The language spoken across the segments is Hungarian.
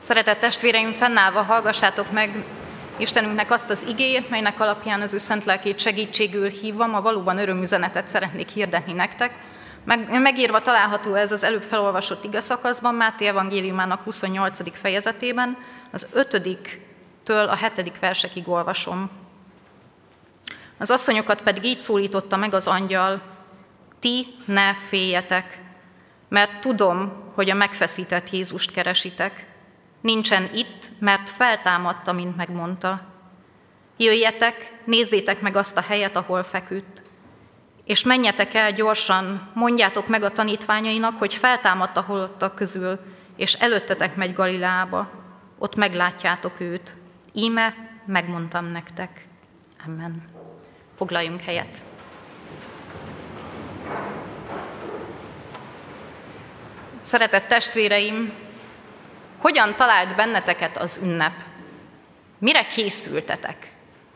Szeretett testvéreim, fennállva hallgassátok meg Istenünknek azt az igéjét, melynek alapján az ő szent lelkét segítségül hívva, ma valóban örömüzenetet szeretnék hirdetni nektek. Megírva található ez az előbb felolvasott igeszakaszban, Máté evangéliumának 28. fejezetében, az 5-től a 7. versekig olvasom. Az asszonyokat pedig így szólította meg az angyal: ti ne féljetek, mert tudom, hogy a megfeszített Jézust keresitek. Nincsen itt, mert feltámadt, amint megmondta. Jöjjetek, nézzétek meg azt a helyet, ahol feküdt, és menjetek el gyorsan, mondjátok meg a tanítványainak, hogy feltámadt a halottak közül, és előttetek megy Galileába, ott meglátjátok őt. Íme megmondtam nektek. Amen. Foglaljunk helyet. Szeretett testvéreim, hogyan talált benneteket az ünnep? Mire készültetek?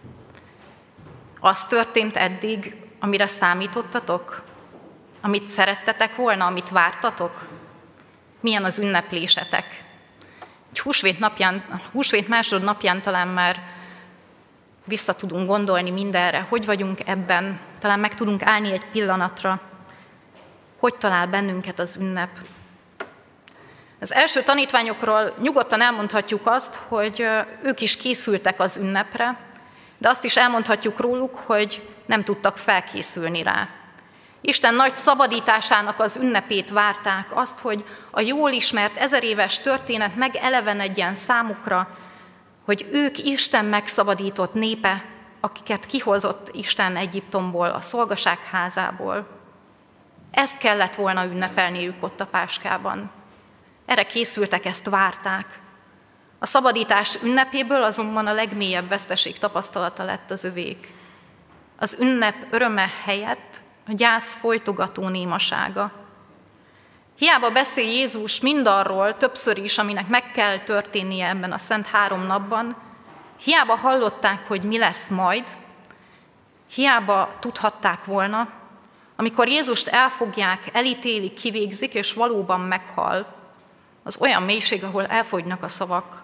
Az történt eddig, amire számítottatok? Amit szerettetek volna, amit vártatok? Milyen az ünneplésetek? Egy húsvét másodnapján talán már vissza tudunk gondolni mindenre. Hogy vagyunk ebben? Talán meg tudunk állni egy pillanatra. Hogy talál bennünket az ünnep? Az első tanítványokról nyugodtan elmondhatjuk azt, hogy ők is készültek az ünnepre, de azt is elmondhatjuk róluk, hogy nem tudtak felkészülni rá. Isten nagy szabadításának az ünnepét várták, azt, hogy a jól ismert 1000 éves történet megelevenedjen számukra, hogy ők Isten megszabadított népe, akiket kihozott Isten Egyiptomból, a szolgaság házából. Ezt kellett volna ünnepelniük ott a páskában. Erre készültek, ezt várták. A szabadítás ünnepéből azonban a legmélyebb veszteség tapasztalata lett az övék. Az ünnep öröme helyett a gyász folytogató némasága. Hiába beszél Jézus mindarról többször is, aminek meg kell történnie ebben a szent 3 napban, hiába hallották, hogy mi lesz majd, hiába tudhatták volna, amikor Jézust elfogják, elítélik, kivégzik, és valóban meghal, az olyan mélység, ahol elfogynak a szavak.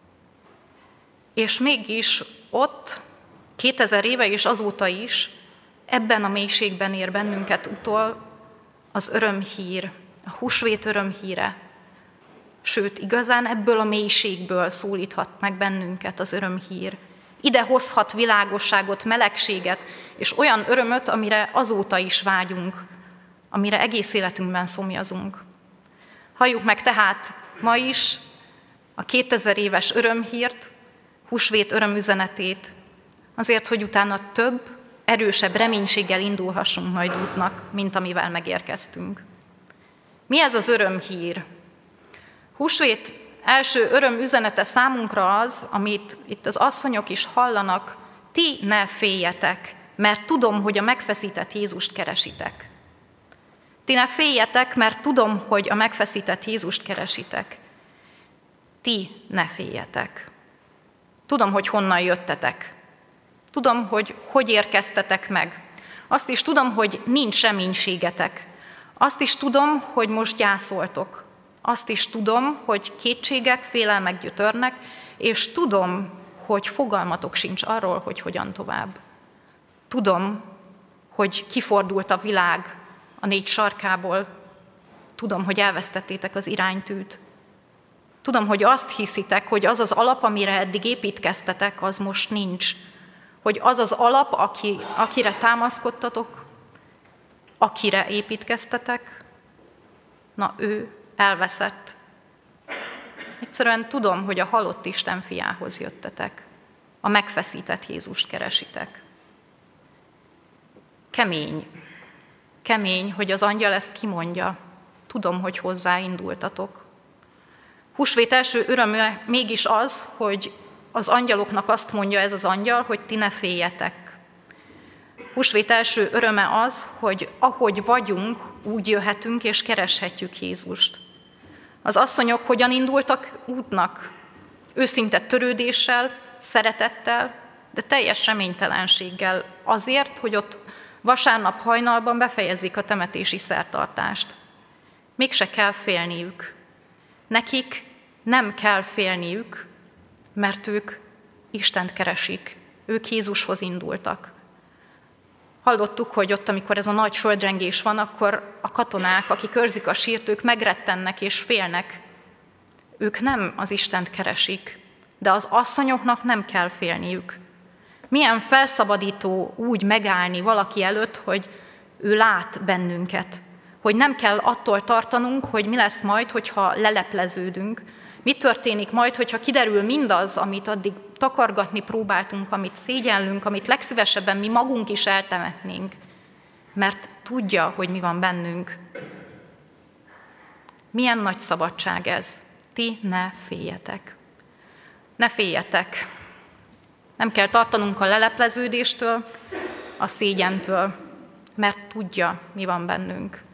És mégis ott, 2000 éve és azóta is, ebben a mélységben ér bennünket utol az örömhír, a húsvét örömhíre. Sőt, igazán ebből a mélységből szólíthat meg bennünket az örömhír. Ide hozhat világosságot, melegséget, és olyan örömöt, amire azóta is vágyunk, amire egész életünkben szomjazunk. Halljuk meg tehát ma is a 2000 éves örömhírt, húsvét örömüzenetét, azért, hogy utána több, erősebb reménységgel indulhassunk majd útnak, mint amivel megérkeztünk. Mi ez az örömhír? Húsvét első örömüzenete számunkra az, amit itt az asszonyok is hallanak: ti ne féljetek, mert tudom, hogy a megfeszített Jézust keresitek. Ti ne féljetek, mert tudom, hogy a megfeszített Jézust keresitek. Ti ne féljetek. Tudom, hogy honnan jöttetek. Tudom, hogy érkeztetek meg. Azt is tudom, hogy nincs reménységetek. Azt is tudom, hogy most gyászoltok. Azt is tudom, hogy kétségek, félelmek gyötörnek, és tudom, hogy fogalmatok sincs arról, hogy hogyan tovább. Tudom, hogy kifordult a világ a 4 sarkából. Tudom, hogy elvesztettétek az iránytűt. Tudom, hogy azt hiszitek, hogy az az alap, amire eddig építkeztetek, az most nincs. Hogy az az alap, akire támaszkodtatok, akire építkeztetek, na ő elveszett. Egyszerűen tudom, hogy a halott Isten fiához jöttetek. A megfeszített Jézust keresitek. Kemény, hogy az angyal ezt kimondja. Tudom, hogy hozzáindultatok. Húsvét első öröme mégis az, hogy az angyaloknak azt mondja ez az angyal, hogy ti ne féljetek. Húsvét első öröme az, hogy ahogy vagyunk, úgy jöhetünk és kereshetjük Jézust. Az asszonyok hogyan indultak útnak? Őszinte törődéssel, szeretettel, de teljes reménytelenséggel azért, hogy ott vasárnap hajnalban befejezik a temetési szertartást. Mégse kell félniük. Nekik Nem kell félniük, mert ők Istent keresik, ők Jézushoz indultak. Hallottuk, hogy ott, amikor ez a nagy földrengés van, akkor a katonák, akik őrzik a sírt, ők megrettennek és félnek. Ők nem az Istent keresik, de az asszonyoknak nem kell félniük. Milyen felszabadító úgy megállni valaki előtt, hogy ő lát bennünket, hogy nem kell attól tartanunk, hogy mi lesz majd, hogyha lelepleződünk, mi történik majd, hogyha kiderül mindaz, amit addig takargatni próbáltunk, amit szégyellünk, amit legszívesebben mi magunk is eltemetnénk, mert tudja, hogy mi van bennünk. Milyen nagy szabadság ez! Ti ne féljetek! Ne féljetek! Nem kell tartanunk a lelepleződéstől, a szégyentől, mert tudja, mi van bennünk.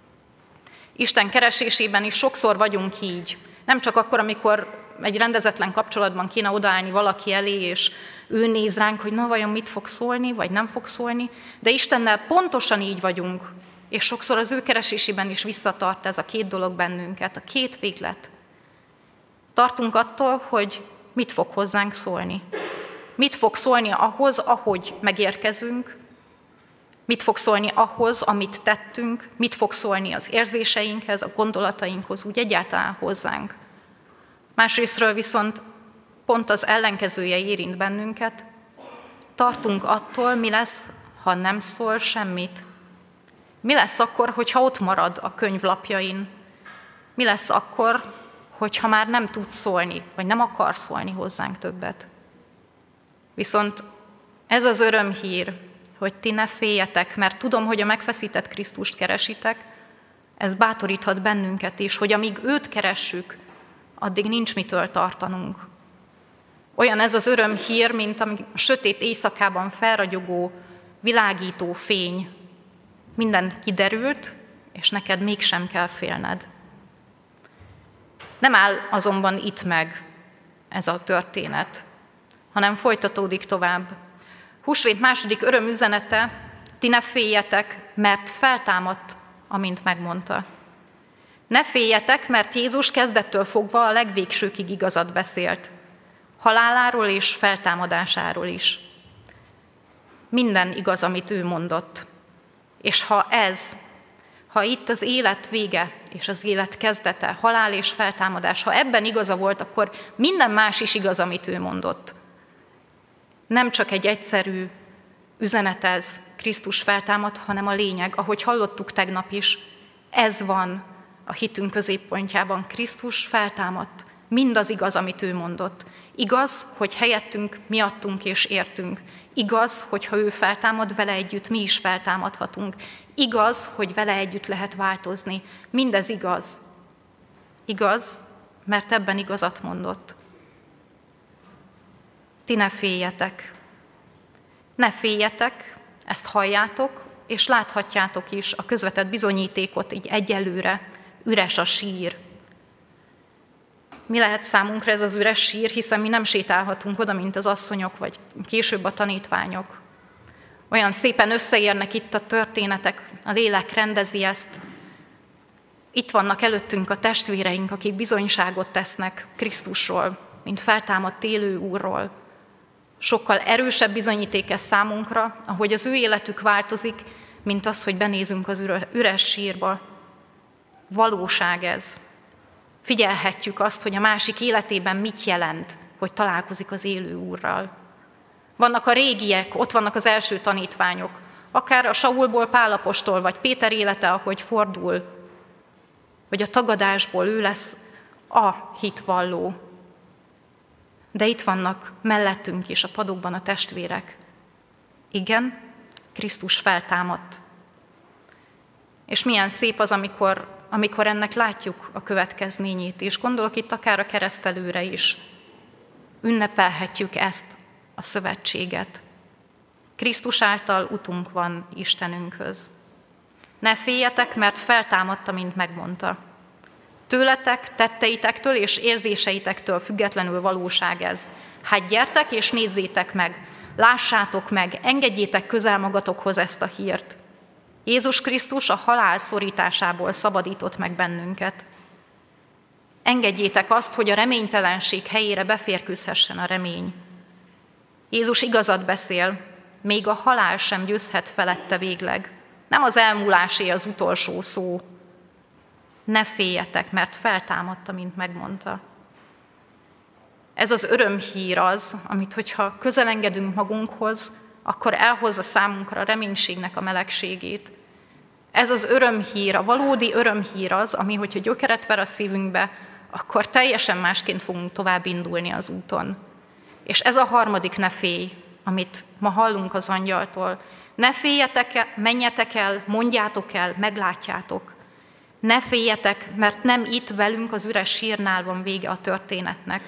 Isten keresésében is sokszor vagyunk így. Nem csak akkor, amikor egy rendezetlen kapcsolatban kéne odaállni valaki elé, és ő néz ránk, hogy na vajon mit fog szólni, vagy nem fog szólni, de Istennel pontosan így vagyunk, és sokszor az ő keresésében is visszatart ez a két dolog bennünket, a két véglet. Tartunk attól, hogy mit fog hozzánk szólni. Mit fog szólni ahhoz, ahogy megérkezünk, mit fog szólni ahhoz, amit tettünk, mit fog szólni az érzéseinkhez, a gondolatainkhoz, úgy egyáltalán hozzánk. Másrésztről viszont pont az ellenkezője érint bennünket. Tartunk attól, mi lesz, ha nem szól semmit. Mi lesz akkor, hogyha ott marad a könyvlapjain? Mi lesz akkor, hogyha már nem tud szólni, vagy nem akar szólni hozzánk többet? Viszont ez az örömhír, hogy ti ne féljetek, mert tudom, hogy a megfeszített Krisztust keresitek, ez bátoríthat bennünket is, hogy amíg őt keressük, addig nincs mitől tartanunk. Olyan ez az örömhír, mint a sötét éjszakában felragyogó, világító fény. Minden kiderült, és neked mégsem kell félned. Nem áll azonban itt meg ez a történet, hanem folytatódik tovább. Húsvét második örömüzenete, ti ne féljetek, mert feltámadt, amint megmondta. Ne féljetek, mert Jézus kezdettől fogva a legvégsőkig igazat beszélt. Haláláról és feltámadásáról is. Minden igaz, amit ő mondott. És ha itt az élet vége és az élet kezdete, halál és feltámadás, ha ebben igaza volt, akkor minden más is igaz, amit ő mondott. Nem csak egy egyszerű üzenet ez, Krisztus feltámad, hanem a lényeg, ahogy hallottuk tegnap is, ez van a hitünk középpontjában. Krisztus feltámadt, mindaz igaz, amit ő mondott. Igaz, hogy helyettünk, miattunk és értünk. Igaz, hogy ha ő feltámad, vele együtt mi is feltámadhatunk. Igaz, hogy vele együtt lehet változni. Mindez igaz. Igaz, mert ebben igazat mondott. Ti ne féljetek. Ne féljetek, ezt halljátok, és láthatjátok is a közvetett bizonyítékot így egyelőre. Üres a sír. Mi lehet számunkra ez az üres sír, hiszen mi nem sétálhatunk oda, mint az asszonyok, vagy később a tanítványok. Olyan szépen összeérnek itt a történetek, a lélek rendezi ezt. Itt vannak előttünk a testvéreink, akik bizonyságot tesznek Krisztusról, mint feltámadt élő Úrról. Sokkal erősebb bizonyíték ez számunkra, ahogy az ő életük változik, mint az, hogy benézünk az üres sírba. Valóság ez. Figyelhetjük azt, hogy a másik életében mit jelent, hogy találkozik az élő Úrral. Vannak a régiek, ott vannak az első tanítványok, akár a Saulból Pál apostol, vagy Péter élete, ahogy fordul, vagy a tagadásból ő lesz a hitvalló. De itt vannak mellettünk is a padokban a testvérek. Igen, Krisztus feltámadt. És milyen szép az, amikor ennek látjuk a következményét is. Gondolok itt akár a keresztelőre is. Ünnepelhetjük ezt a szövetséget. Krisztus által utunk van Istenünkhöz. Ne féljetek, mert feltámadta, mint megmondta. Tőletek, tetteitektől és érzéseitektől függetlenül valóság ez. Hát gyertek és nézzétek meg, lássátok meg, engedjétek közel magatokhoz ezt a hírt. Jézus Krisztus a halál szorításából szabadított meg bennünket. Engedjétek azt, hogy a reménytelenség helyére beférkőzhessen a remény. Jézus igazat beszél, még a halál sem győzhet felette végleg. Nem az elmúlásé az utolsó szó. Ne féljetek, mert feltámadta, mint megmondta. Ez az örömhír az, amit hogyha közelengedünk magunkhoz, akkor elhozza számunkra a reménységnek a melegségét. Ez az örömhír, a valódi örömhír az, ami, hogyha gyökeret ver a szívünkbe, akkor teljesen másként fogunk tovább indulni az úton. És ez a harmadik ne félj, amit ma hallunk az angyaltól. Ne féljetek el, menjetek el, mondjátok el, meglátjátok. Ne féljetek, mert nem itt velünk az üres sírnál van vége a történetnek.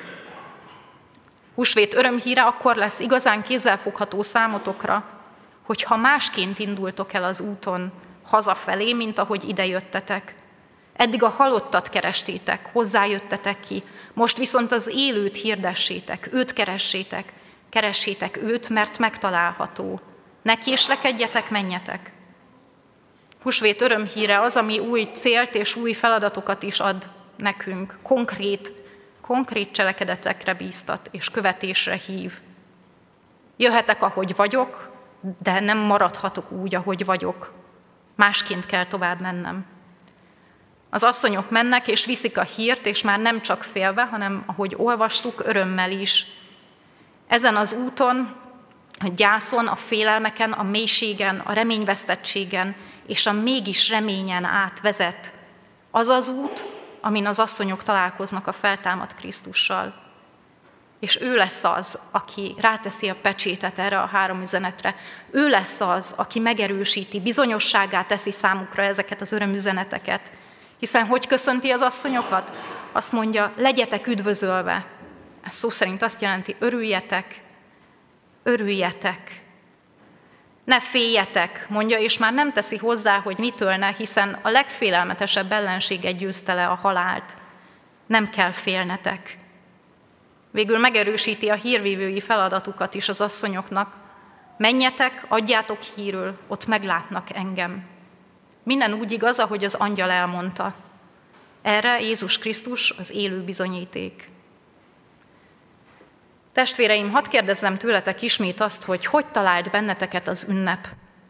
Húsvét örömhíre akkor lesz igazán kézzelfogható számotokra, hogyha másként indultok el az úton hazafelé, mint ahogy idejöttetek. Eddig a halottat kerestétek, hozzájöttetek ki, most viszont az élőt hirdessétek, őt keressétek őt, mert megtalálható. Ne késlekedjetek, menjetek. Húsvét örömhíre az, ami új célt és új feladatokat is ad nekünk, konkrét cselekedetekre bíztat és követésre hív. Jöhetek, ahogy vagyok, de nem maradhatok úgy, ahogy vagyok. Másként kell tovább mennem. Az asszonyok mennek és viszik a hírt, és már nem csak félve, hanem, ahogy olvastuk, örömmel is. Ezen az úton, a gyászon, a félelmeken, a mélységen, a reményvesztettségen és a mégis reményen át vezet az az út, amin az asszonyok találkoznak a feltámadt Krisztussal. És ő lesz az, aki ráteszi a pecsétet erre a 3 üzenetre. Ő lesz az, aki megerősíti, bizonyosságá teszi számukra ezeket az örömüzeneteket. Hiszen hogy köszönti az asszonyokat? Azt mondja, legyetek üdvözölve. Ez szó szerint azt jelenti, örüljetek, örüljetek. Ne féljetek, mondja, és már nem teszi hozzá, hogy mitől ne, hiszen a legfélelmetesebb ellenséget győzte le, a halált. Nem kell félnetek. Végül megerősíti a hírvívői feladatukat is az asszonyoknak. Menjetek, adjátok hírül, ott meglátnak engem. Minden úgy igaz, ahogy az angyal elmondta. Erre Jézus Krisztus az élő bizonyíték. Testvéreim, hadd kérdezzem tőletek ismét azt, hogy talált benneteket az ünnep.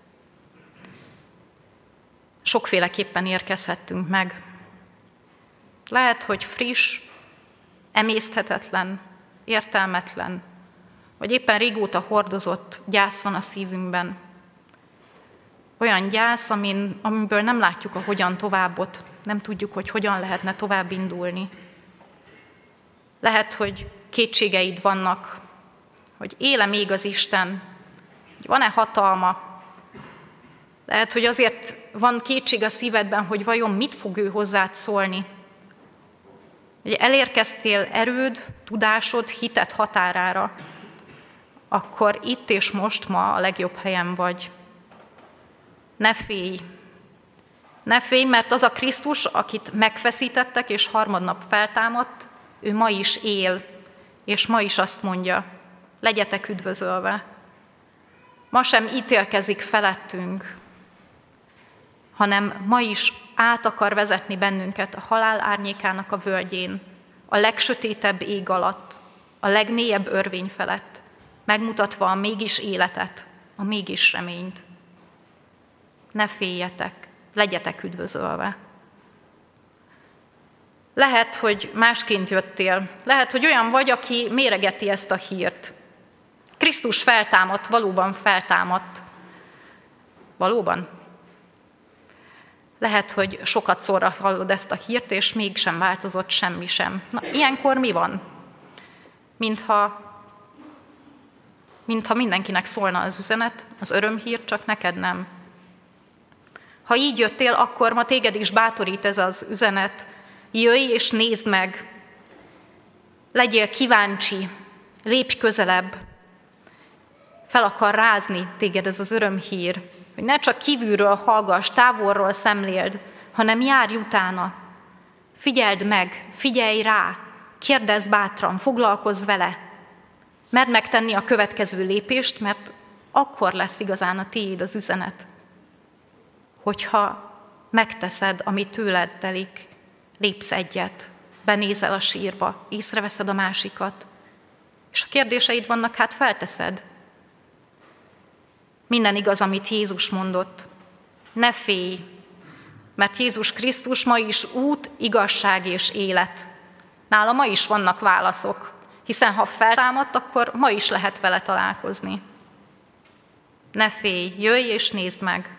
Sokféleképpen érkezhettünk meg. Lehet, hogy friss, emészthetetlen, értelmetlen, vagy éppen régóta hordozott gyász van a szívünkben. Olyan gyász, amiből nem látjuk a hogyan továbbot, nem tudjuk, hogy hogyan lehetne tovább indulni. Lehet, hogy kétségeid vannak, hogy éle még az Isten, hogy van-e hatalma. Lehet, hogy azért van kétség a szívedben, hogy vajon mit fog ő hozzád szólni. Hogy elérkeztél erőd, tudásod, hited határára, akkor itt és most ma a legjobb helyen vagy. Ne félj! Ne félj, mert az a Krisztus, akit megfeszítettek és harmadnap feltámadt, ő ma is él, és ma is azt mondja, legyetek üdvözölve. Ma sem ítélkezik felettünk, hanem ma is át akar vezetni bennünket a halál árnyékának a völgyén, a legsötétebb ég alatt, a legmélyebb örvény felett, megmutatva a mégis életet, a mégis reményt. Ne féljetek, legyetek üdvözölve. Lehet, hogy másként jöttél, lehet, hogy olyan vagy, aki méregeti ezt a hírt. Krisztus feltámadt, valóban feltámadt. Valóban? Lehet, hogy sokat szorra hallod ezt a hírt, és mégsem változott semmi sem. Na, ilyenkor mi van? Mintha mindenkinek szólna az üzenet, az örömhír, csak neked nem. Ha így jöttél, akkor ma téged is bátorít ez az üzenet. Jöjj és nézd meg, legyél kíváncsi, lépj közelebb. Fel akar rázni téged ez az örömhír, hogy ne csak kívülről hallgass, távolról szemléld, hanem járj utána. Figyeld meg, figyelj rá, kérdezz bátran, foglalkozz vele. Merd megtenni a következő lépést, mert akkor lesz igazán a tiéd az üzenet. Hogyha megteszed, ami tőled telik, lépsz egyet, benézel a sírba, észreveszed a másikat, és a kérdéseid vannak, hát felteszed. Minden igaz, amit Jézus mondott. Ne félj, mert Jézus Krisztus ma is út, igazság és élet. Nála ma is vannak válaszok, hiszen ha feltámadt, akkor ma is lehet vele találkozni. Ne félj, jöjj és nézd meg.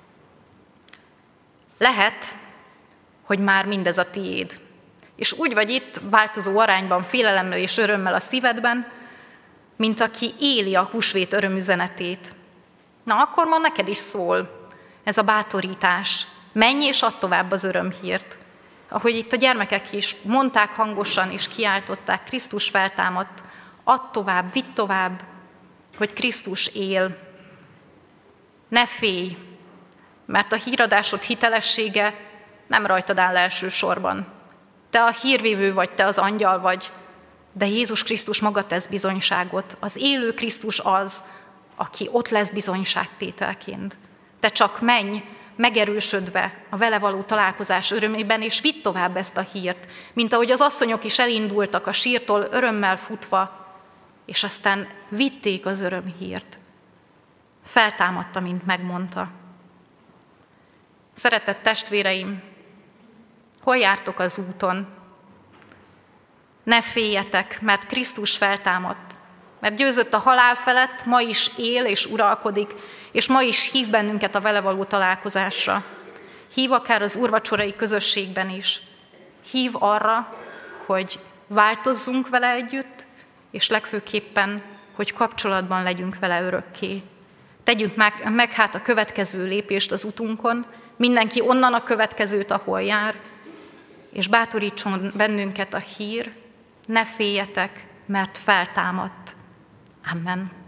Lehet, hogy már mindez a tiéd. És úgy vagy itt változó arányban, félelemmel és örömmel a szívedben, mint aki éli a húsvét örömüzenetét. Na, akkor ma neked is szól ez a bátorítás. Menj és add tovább az örömhírt. Ahogy itt a gyermekek is mondták hangosan és kiáltották, Krisztus feltámadt, add tovább, vidd tovább, hogy Krisztus él. Ne félj, mert a híradásod hitelessége nem rajtad áll elsősorban. Te a hírvívő vagy, te az angyal vagy, de Jézus Krisztus maga tesz bizonyságot. Az élő Krisztus az, aki ott lesz bizonyságtételként. Te csak menj, megerősödve a vele való találkozás örömében, és vidd tovább ezt a hírt, mint ahogy az asszonyok is elindultak a sírtól örömmel futva, és aztán vitték az örömhírt. Feltámadta, mint megmondta. Szeretett testvéreim, hol jártok az úton? Ne féljetek, mert Krisztus feltámadt, mert győzött a halál felett, ma is él és uralkodik, és ma is hív bennünket a vele való találkozásra. Hív akár az úrvacsorai közösségben is. Hív arra, hogy változzunk vele együtt, és legfőképpen, hogy kapcsolatban legyünk vele örökké. Tegyünk meg hát a következő lépést az utunkon, mindenki onnan a következőt, ahol jár, és bátorítson bennünket a hír, ne féljetek, mert feltámadt. Amen.